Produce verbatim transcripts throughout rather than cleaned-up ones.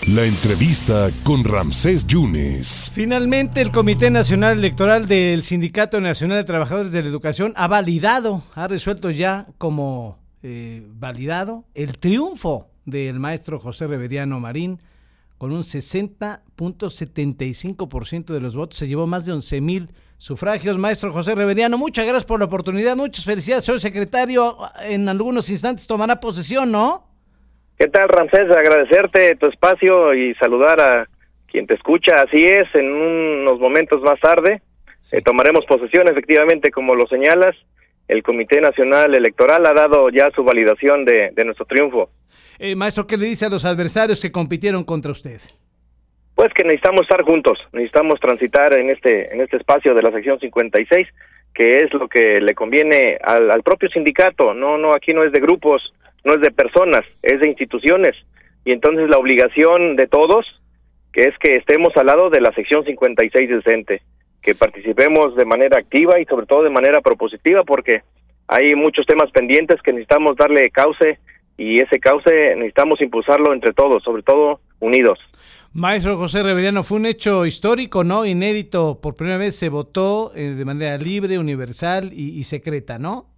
La entrevista con Ramsés Yunes. Finalmente, el Comité Nacional Electoral del Sindicato Nacional de Trabajadores de la Educación ha validado, ha resuelto ya como eh, validado el triunfo del maestro José Reveriano Marín con un sesenta punto setenta y cinco por ciento de los votos. Se llevó más de once mil sufragios. Maestro José Reveriano, muchas gracias por la oportunidad. Muchas felicidades, señor secretario. En algunos instantes tomará posesión, ¿no? ¿Qué tal, Ramsés? Agradecerte tu espacio y saludar a quien te escucha. Así es, en unos momentos más tarde sí. eh, tomaremos posesión, efectivamente, como lo señalas. El Comité Nacional Electoral ha dado ya su validación de, de nuestro triunfo. Eh, maestro, ¿qué le dice a los adversarios que compitieron contra usted? Pues que necesitamos estar juntos, necesitamos transitar en este en este espacio de la sección cincuenta y seis, que es lo que le conviene al, al propio sindicato. No, no, aquí no es de grupos, no es de personas, es de instituciones. Y entonces la obligación de todos, que es que estemos al lado de la sección cincuenta y seis del CENTE, que participemos de manera activa y sobre todo de manera propositiva, porque hay muchos temas pendientes que necesitamos darle cauce, y ese cauce necesitamos impulsarlo entre todos, sobre todo unidos. Maestro José Reveriano, fue un hecho histórico, ¿no? Inédito. Por primera vez se votó eh, de manera libre, universal y, y secreta, ¿no?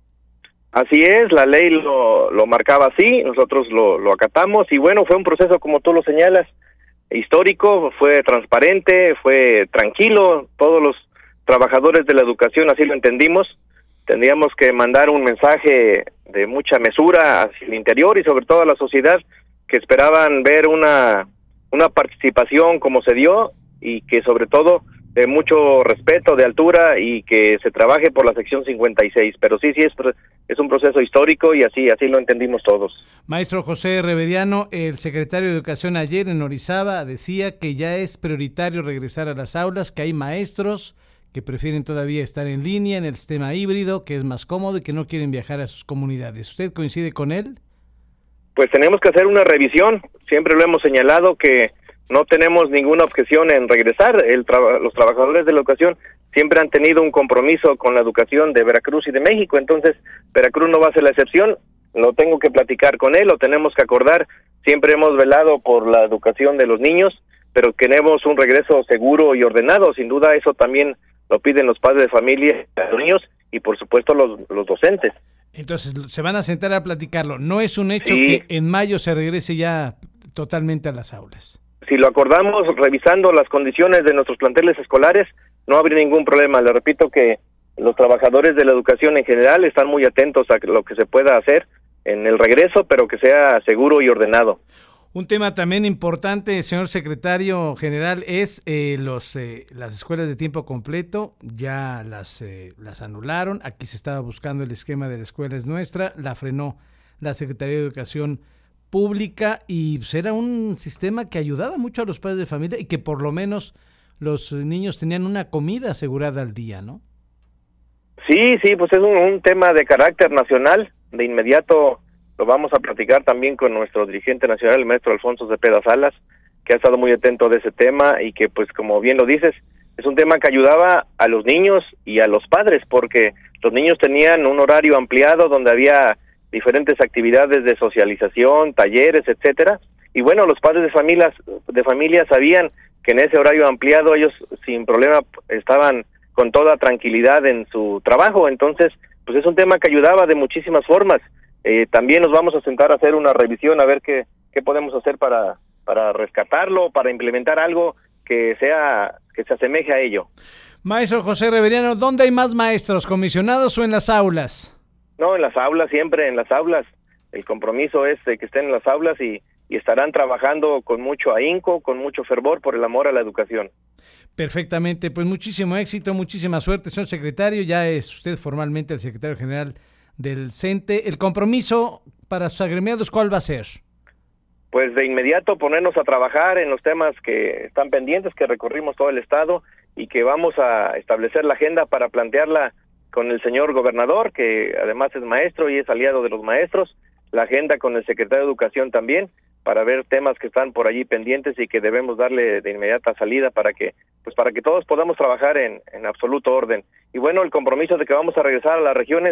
Así es, la ley lo, lo marcaba así, nosotros lo, lo acatamos y bueno, fue un proceso, como tú lo señalas, histórico, fue transparente, fue tranquilo, todos los trabajadores de la educación así lo entendimos. Tendríamos que mandar un mensaje de mucha mesura hacia el interior y sobre todo a la sociedad, que esperaban ver una, una participación como se dio y que sobre todo de mucho respeto, de altura y que se trabaje por la sección cincuenta y seis. Pero sí, sí, es, es un proceso histórico y así, así lo entendimos todos. Maestro José Reveriano, el secretario de Educación ayer en Orizaba decía que ya es prioritario regresar a las aulas, que hay maestros que prefieren todavía estar en línea en el sistema híbrido, que es más cómodo y que no quieren viajar a sus comunidades. ¿Usted coincide con él? Pues tenemos que hacer una revisión. Siempre lo hemos señalado que no tenemos ninguna objeción en regresar. El tra- los trabajadores de la educación siempre han tenido un compromiso con la educación de Veracruz y de México, entonces Veracruz no va a ser la excepción. Lo tengo que platicar con él, lo tenemos que acordar. Siempre hemos velado por la educación de los niños, pero queremos un regreso seguro y ordenado. Sin duda eso también lo piden los padres de familia, los niños y por supuesto los, los docentes. Entonces se van a sentar a platicarlo. No es un hecho sí. que en mayo se regrese ya totalmente a las aulas. Si lo acordamos revisando las condiciones de nuestros planteles escolares, no habría ningún problema. Le repito que los trabajadores de la educación en general están muy atentos a lo que se pueda hacer en el regreso, pero que sea seguro y ordenado. Un tema también importante, señor secretario general, es eh, los eh, las escuelas de tiempo completo. Ya las eh, las anularon. Aquí se estaba buscando el esquema de la escuela es nuestra, la frenó la Secretaría de Educación Pública y pues, era un sistema que ayudaba mucho a los padres de familia y que por lo menos los niños tenían una comida asegurada al día, ¿no? Sí, sí, pues es un, un tema de carácter nacional. De inmediato lo vamos a platicar también con nuestro dirigente nacional, el maestro Alfonso Cepeda Salas, que ha estado muy atento de ese tema y que, pues, como bien lo dices, es un tema que ayudaba a los niños y a los padres, porque los niños tenían un horario ampliado donde había diferentes actividades de socialización, talleres, etcétera. Y bueno, los padres de familias de familia sabían que en ese horario ampliado ellos sin problema estaban con toda tranquilidad en su trabajo. Entonces, pues es un tema que ayudaba de muchísimas formas. Eh, también nos vamos a sentar a hacer una revisión a ver qué qué podemos hacer para para rescatarlo, para implementar algo que sea que se asemeje a ello. Maestro José Reveriano, ¿dónde hay más maestros, comisionados o en las aulas? No, en las aulas, siempre en las aulas. El compromiso es de que estén en las aulas y, y estarán trabajando con mucho ahínco, con mucho fervor por el amor a la educación. Perfectamente, pues muchísimo éxito, muchísima suerte, señor secretario. Ya es usted formalmente el secretario general del CENTE. ¿El compromiso para sus agremiados cuál va a ser? Pues de inmediato ponernos a trabajar en los temas que están pendientes, que recorrimos todo el estado y que vamos a establecer la agenda para plantearla con el señor gobernador, que además es maestro y es aliado de los maestros, la agenda con el secretario de Educación también, para ver temas que están por allí pendientes y que debemos darle de inmediata salida para que pues para que todos podamos trabajar en, en absoluto orden. Y bueno, el compromiso de que vamos a regresar a las regiones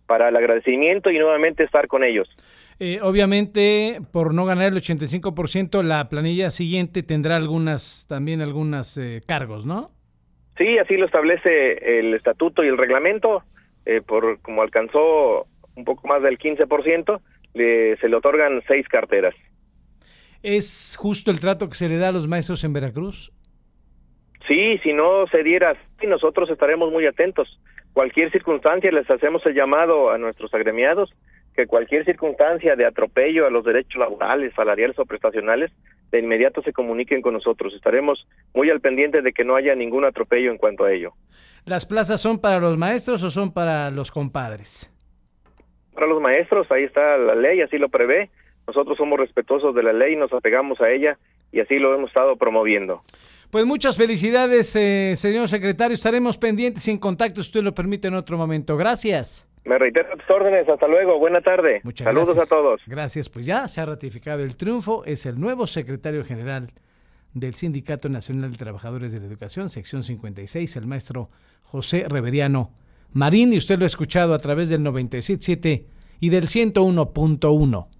para el agradecimiento y nuevamente estar con ellos. Eh, obviamente, por no ganar el ochenta y cinco por ciento, la planilla siguiente tendrá algunas, también algunos eh, cargos, ¿no? Sí, así lo establece el estatuto y el reglamento. Eh, por como alcanzó un poco más del quince por ciento, le, se le otorgan seis carteras. ¿Es justo el trato que se le da a los maestros en Veracruz? Sí, si no se diera así, nosotros estaremos muy atentos. Cualquier circunstancia, les hacemos el llamado a nuestros agremiados, que cualquier circunstancia de atropello a los derechos laborales, salariales o prestacionales, de inmediato se comuniquen con nosotros. Estaremos muy al pendiente de que no haya ningún atropello en cuanto a ello. ¿Las plazas son para los maestros o son para los compadres? Para los maestros, ahí está la ley, así lo prevé. Nosotros somos respetuosos de la ley, nos apegamos a ella y así lo hemos estado promoviendo. Pues muchas felicidades, eh, señor secretario. Estaremos pendientes y en contacto, si usted lo permite, en otro momento. Gracias. Me reitero tus órdenes. Hasta luego. Buena tarde. Muchas Saludos gracias. a todos. Gracias. Pues ya se ha ratificado el triunfo. Es el nuevo secretario general del Sindicato Nacional de Trabajadores de la Educación, sección cincuenta y seis, el maestro José Reveriano Marín. Y usted lo ha escuchado a través del noventa y siete punto siete y del ciento uno punto uno.